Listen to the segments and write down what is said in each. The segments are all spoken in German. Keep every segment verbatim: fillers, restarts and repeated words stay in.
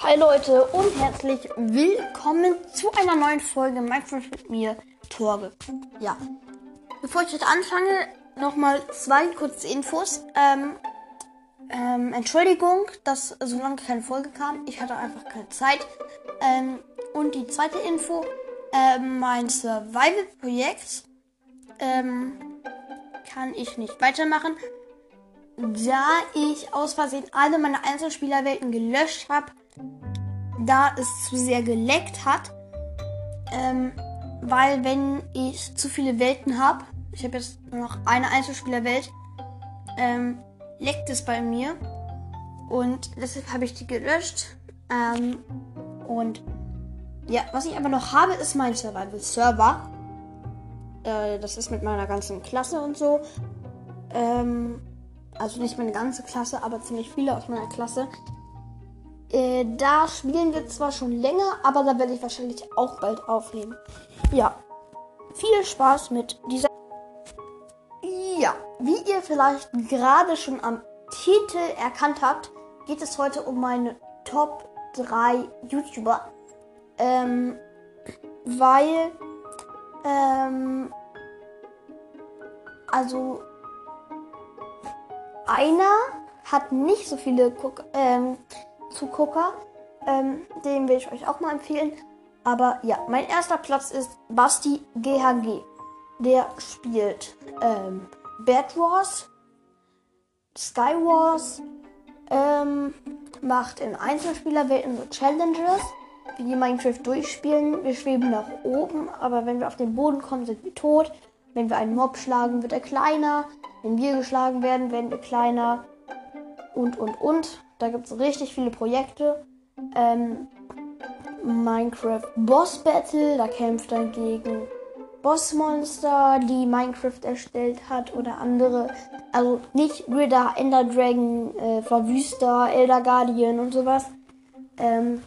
Hi Leute und herzlich willkommen zu einer neuen Folge Minecraft mit mir, Torge. Ja, bevor ich heute anfange, nochmal zwei kurze Infos. Ähm, ähm, Entschuldigung, dass so lange keine Folge kam. Ich hatte einfach keine Zeit. Ähm, und die zweite Info, ähm, mein Survival-Projekt ähm, kann ich nicht weitermachen, da ich aus Versehen alle meine Einzelspielerwelten gelöscht habe, da es zu sehr geleckt hat. Ähm, weil wenn ich zu viele Welten habe, ich habe jetzt nur noch eine Einzelspielerwelt, ähm, leckt es bei mir. Und deshalb habe ich die gelöscht. Ähm, und ja, was ich aber noch habe, ist mein Survival-Server. Äh, das ist mit meiner ganzen Klasse und so. Ähm, also nicht meine ganze Klasse, aber ziemlich viele aus meiner Klasse. Äh, da spielen wir zwar schon länger, aber da werde ich wahrscheinlich auch bald aufnehmen. Ja, viel Spaß mit dieser... Ja, wie ihr vielleicht gerade schon am Titel erkannt habt, geht es heute um meine Top drei YouTuber. Ähm, weil, ähm, also, einer hat nicht so viele Guck, ähm, Zugucker, ähm, den will ich euch auch mal empfehlen. Aber ja, mein erster Platz ist Basti G H G. Der spielt ähm, Bed Wars, Sky Wars, ähm, macht in Einzelspielerwelten so Challenges, wie die Minecraft durchspielen. Wir schweben nach oben, aber wenn wir auf den Boden kommen, sind wir tot. Wenn wir einen Mob schlagen, wird er kleiner. Wenn wir geschlagen werden, werden wir kleiner. Und, und, und. Da gibt es richtig viele Projekte. Ähm, Minecraft Boss Battle, da kämpft er gegen Bossmonster, die Minecraft erstellt hat oder andere. Also nicht Wither, Ender Dragon, äh, Verwüster, Elder Guardian und sowas. Ähm,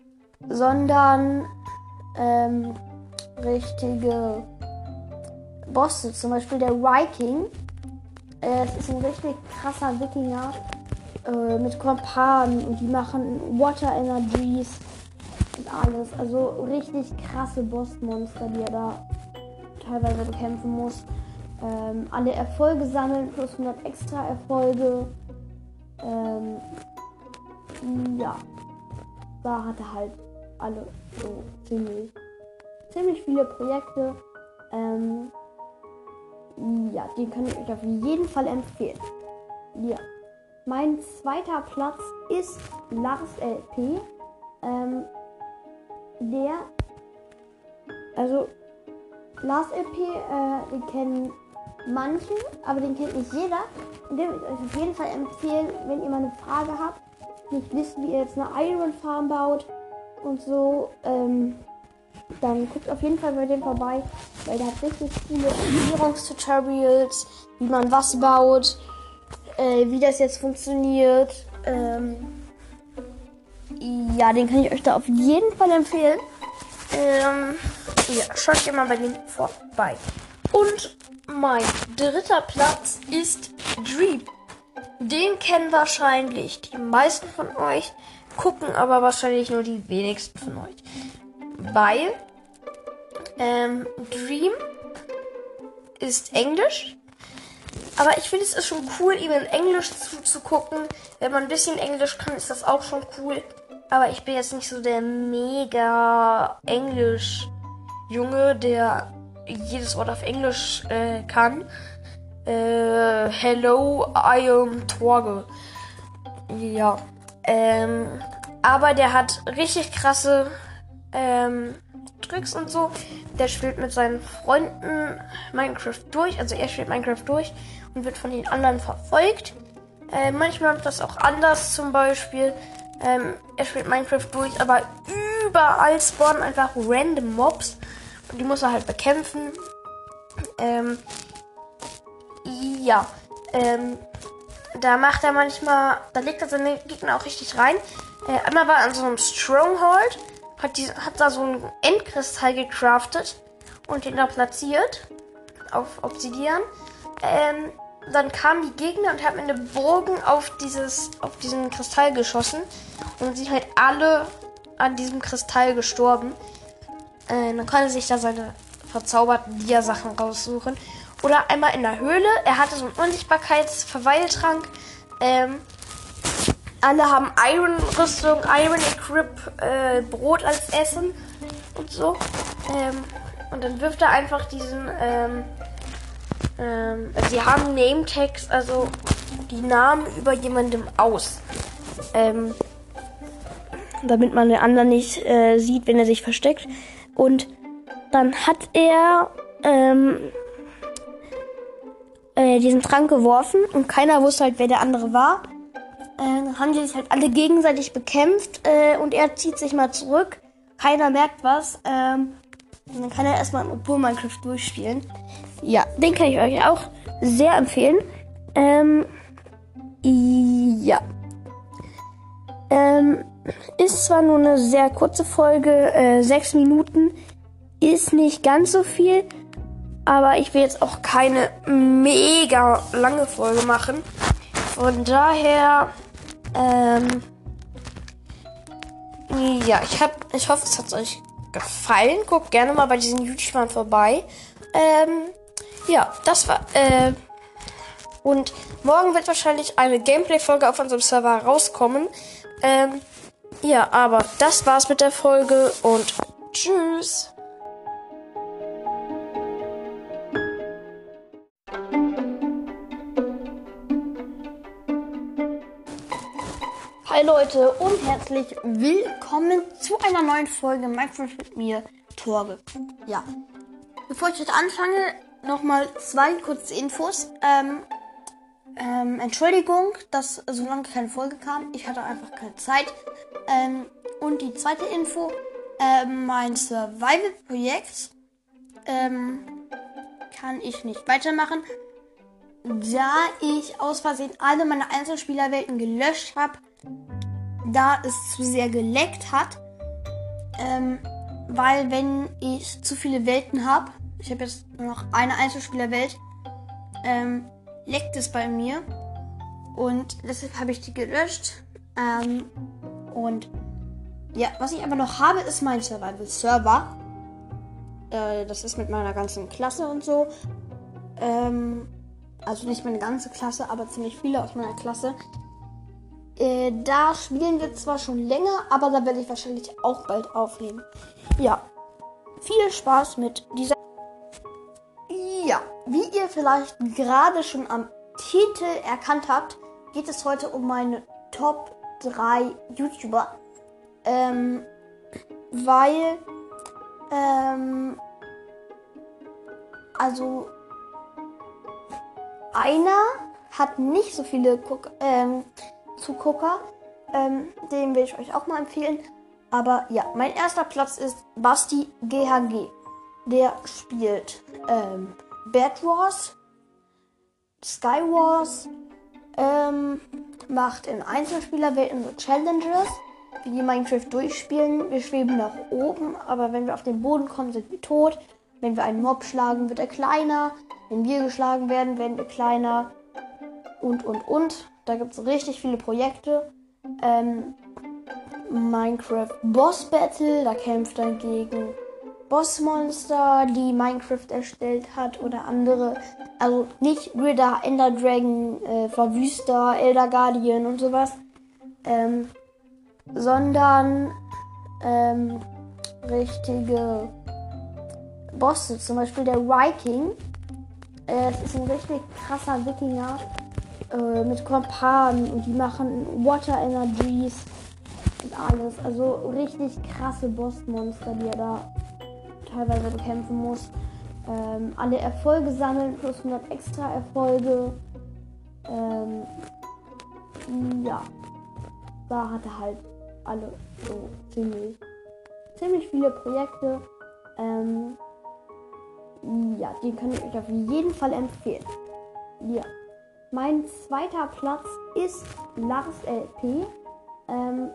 sondern ähm, richtige Bosse, zum Beispiel der Viking. Äh, es ist ein richtig krasser Wikinger äh, mit Kompanen und die machen Water Energies und alles. Also richtig krasse Bossmonster, die er da teilweise bekämpfen muss. Ähm, alle Erfolge sammeln, plus hundert extra Erfolge. Ähm, ja, da hat er halt alle so ziemlich, ziemlich viele Projekte. Ähm, ja, den kann ich euch auf jeden Fall empfehlen. Ja. Mein zweiter Platz ist Lars L P. Ähm, der, also Lars L P, äh, den kennen manche, aber den kennt nicht jeder. Und den würde ich euch auf jeden Fall empfehlen, wenn ihr mal eine Frage habt, nicht wisst, wie ihr jetzt eine Iron Farm baut und so, ähm, dann guckt auf jeden Fall bei dem vorbei, weil der hat richtig viele Optimierungstutorials, wie man was baut, äh, wie das jetzt funktioniert. Ähm, ja, den kann ich euch da auf jeden Fall empfehlen. Ähm, ja, schaut ihr mal bei dem vorbei. Und mein dritter Platz ist Dream. Den kennen wahrscheinlich die meisten von euch, gucken aber wahrscheinlich nur die wenigsten von euch. Weil ähm, Dream ist Englisch. Aber ich finde, es ist schon cool, ihm in Englisch zuzugucken. Wenn man ein bisschen Englisch kann, ist das auch schon cool. Aber ich bin jetzt nicht so der mega Englisch-Junge, der jedes Wort auf Englisch äh, kann. Äh, hello, I am Torge. Ja. Ähm, aber der hat richtig krasse ähm, Tricks und so. Der spielt mit seinen Freunden Minecraft durch. Also er spielt Minecraft durch und wird von den anderen verfolgt. Äh, manchmal wird das auch anders, zum Beispiel. Ähm, er spielt Minecraft durch, aber überall spawnen einfach random Mobs. Und die muss er halt bekämpfen. Ähm, ja. Ähm, da macht er manchmal, da legt er seine Gegner auch richtig rein. Äh, einmal war er an so einem Stronghold. Hat, die, hat da so einen Endkristall gecraftet und den da platziert auf Obsidian. Ähm, dann kamen die Gegner und haben mit einem Bogen auf, dieses, auf diesen Kristall geschossen. Und sind halt alle an diesem Kristall gestorben. Äh, dann konnte sich da seine verzauberten Dia-Sachen raussuchen. Oder einmal in der Höhle. Er hatte so einen Unsichtbarkeits-Verweiltrank. Ähm, alle haben Iron-Rüstung, Iron-Equip, äh, Brot als Essen und so. Ähm, und dann wirft er einfach diesen, ähm, ähm, also sie haben Name-Tags, also die Namen über jemandem aus. Ähm, damit man den anderen nicht äh, sieht, wenn er sich versteckt. Und dann hat er ähm, äh, diesen Trank geworfen und keiner wusste halt, wer der andere war. Äh, dann haben die sich halt alle gegenseitig bekämpft äh, und er zieht sich mal zurück. Keiner merkt was. Ähm, und dann kann er erstmal in Opur Minecraft durchspielen. Ja, den kann ich euch auch sehr empfehlen. Ähm, ja. Ähm, ist zwar nur eine sehr kurze Folge, äh, sechs Minuten, ist nicht ganz so viel, aber ich will jetzt auch keine mega lange Folge machen. Von daher, ähm, ja, ich hab, ich hoffe, es hat euch gefallen. Guckt gerne mal bei diesen YouTubern vorbei. Ähm, ja, das war, äh, und morgen wird wahrscheinlich eine Gameplay-Folge auf unserem Server rauskommen. Ähm, ja, aber das war's mit der Folge und tschüss. Hi Leute und herzlich willkommen zu einer neuen Folge Minecraft mit mir, Torge. Ja, bevor ich jetzt anfange, nochmal zwei kurze Infos. Ähm, ähm, Entschuldigung, dass so lange keine Folge kam. Ich hatte einfach keine Zeit. Ähm, und die zweite Info, ähm, mein Survival-Projekt ähm, kann ich nicht weitermachen, da ich aus Versehen alle meine Einzelspielerwelten gelöscht habe, da es zu sehr geleckt hat. Ähm, weil wenn ich zu viele Welten habe, ich habe jetzt nur noch eine Einzelspielerwelt, ähm, leckt es bei mir. Und deshalb habe ich die gelöscht. Ähm, und ja, was ich aber noch habe, ist mein Survival-Server. Äh, das ist mit meiner ganzen Klasse und so. Ähm, also nicht meine ganze Klasse, aber ziemlich viele aus meiner Klasse. Äh, da spielen wir zwar schon länger, aber da werde ich wahrscheinlich auch bald aufnehmen. Ja, viel Spaß mit dieser... Ja, wie ihr vielleicht gerade schon am Titel erkannt habt, geht es heute um meine Top drei YouTuber. Ähm, weil, ähm, also, einer hat nicht so viele Guck, ähm, Zugucker. Ähm, den will ich euch auch mal empfehlen. Aber ja, mein erster Platz ist Basti G H G. Der spielt ähm, Bed Wars, Sky Wars, ähm, macht in Einzelspielerwelten so Challenges, wie die Minecraft durchspielen. Wir schweben nach oben, aber wenn wir auf den Boden kommen, sind wir tot. Wenn wir einen Mob schlagen, wird er kleiner. Wenn wir geschlagen werden, werden wir kleiner. Und, und, und. Da gibt es richtig viele Projekte. Ähm, Minecraft Boss Battle, da kämpft er gegen Bossmonster, die Minecraft erstellt hat oder andere. Also nicht Wither, Ender Dragon, äh, Verwüster, Elder Guardian und sowas. Ähm, sondern ähm, richtige Bosse, zum Beispiel der Viking. Äh, es ist ein richtig krasser Wikinger äh, mit Kompanen und die machen Water Energies und alles. Also richtig krasse Bossmonster, die er da teilweise bekämpfen muss. Ähm, alle Erfolge sammeln, plus hundert extra Erfolge. Ähm, ja, da hat er halt alle so ziemlich, ziemlich viele Projekte. Ähm, ja, den kann ich euch auf jeden Fall empfehlen. Ja. Mein zweiter Platz ist Lars L P. Ähm,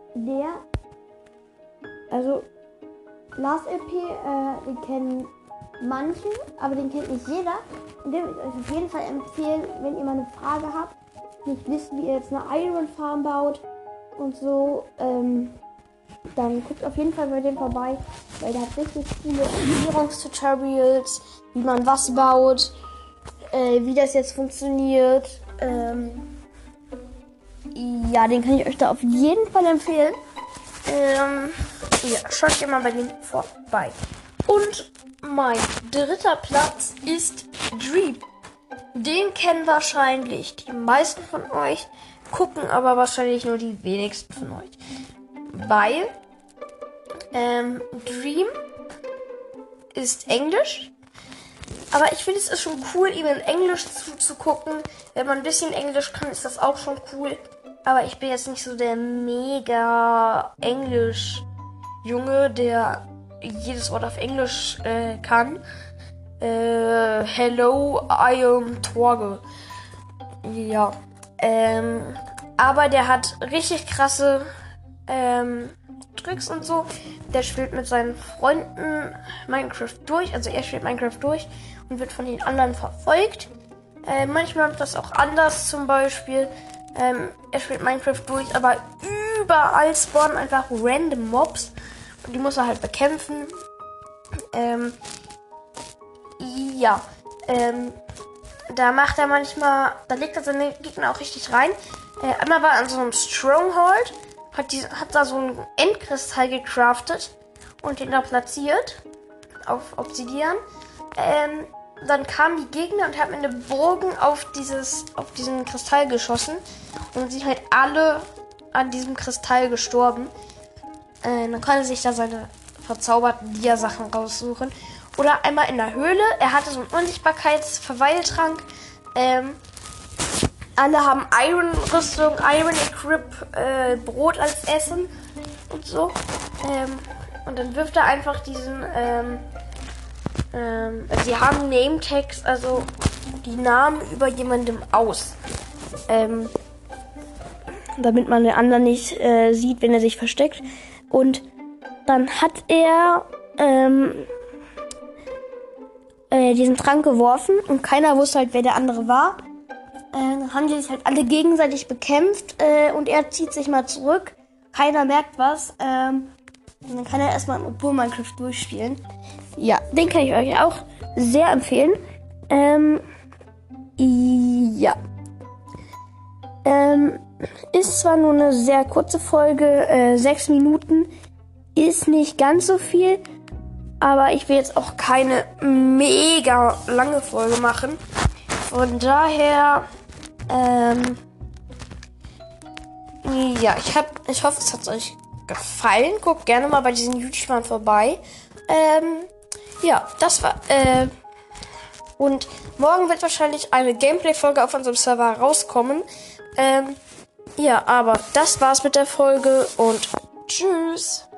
der, also Lars L P, äh, den kennen manchen, aber den kennt nicht jeder. Und den würde ich euch auf jeden Fall empfehlen, wenn ihr mal eine Frage habt, nicht wisst, wie ihr jetzt eine Iron Farm baut und so, ähm, dann guckt auf jeden Fall bei dem vorbei, weil der hat richtig viele Erklärungstutorials, wie man was baut, äh, wie das jetzt funktioniert. Ähm, ja, den kann ich euch da auf jeden Fall empfehlen. Ähm, ja, schaut ihr mal bei dem vorbei. Und mein dritter Platz ist Dream. Den kennen wahrscheinlich die meisten von euch, gucken aber wahrscheinlich nur die wenigsten von euch. Weil ähm, Dream ist Englisch. Aber ich finde, es ist schon cool, ihm in Englisch zuzugucken. Wenn man ein bisschen Englisch kann, ist das auch schon cool. Aber ich bin jetzt nicht so der mega Englisch-Junge, der jedes Wort auf Englisch äh, kann. Äh, hello, I am Torge. Ja. Ähm, aber der hat richtig krasse ähm, Tricks und so. Der spielt mit seinen Freunden Minecraft durch. Also er spielt Minecraft durch und wird von den anderen verfolgt. Äh, manchmal wird das auch anders, zum Beispiel. Ähm, er spielt Minecraft durch, aber überall spawnen einfach random Mobs. Und die muss er halt bekämpfen. Ähm, ja. Ähm, da macht er manchmal, da legt er seine Gegner auch richtig rein. Äh, einmal war er an so einem Stronghold, hat, die, hat da so einen Endkristall gecraftet und den da platziert auf Obsidian. Ähm, dann kamen die Gegner und haben in den Bogen auf dieses, auf diesen Kristall geschossen und sind halt alle an diesem Kristall gestorben. Äh, dann konnte er sich da seine verzauberten Dia-Sachen raussuchen. Oder einmal in der Höhle. Er hatte so einen Unsichtbarkeits-Verweiltrank. Ähm, alle haben Iron-Rüstung, Iron-Equip, äh, Brot als Essen und so. Ähm, und dann wirft er einfach diesen, ähm, ähm, also sie haben Name-Tags, also die Namen über jemandem aus. Ähm, damit man den anderen nicht äh, sieht, wenn er sich versteckt. Und dann hat er, ähm, diesen Trank geworfen und keiner wusste halt, wer der andere war. Äh, dann haben die sich halt alle gegenseitig bekämpft äh, und er zieht sich mal zurück. Keiner merkt was. Ähm, und dann kann er erstmal in Opur Minecraft durchspielen. Ja, den kann ich euch auch sehr empfehlen. Ähm, ja. Ähm, ist zwar nur eine sehr kurze Folge, äh, sechs Minuten, ist nicht ganz so viel. Aber ich will jetzt auch keine mega lange Folge machen. Von daher, ähm, ja, ich, hab, ich hoffe, es hat euch gefallen. Guckt gerne mal bei diesen YouTubern vorbei. Ähm, ja, das war, äh, und morgen wird wahrscheinlich eine Gameplay-Folge auf unserem Server rauskommen. Ähm, ja, aber das war's mit der Folge und tschüss.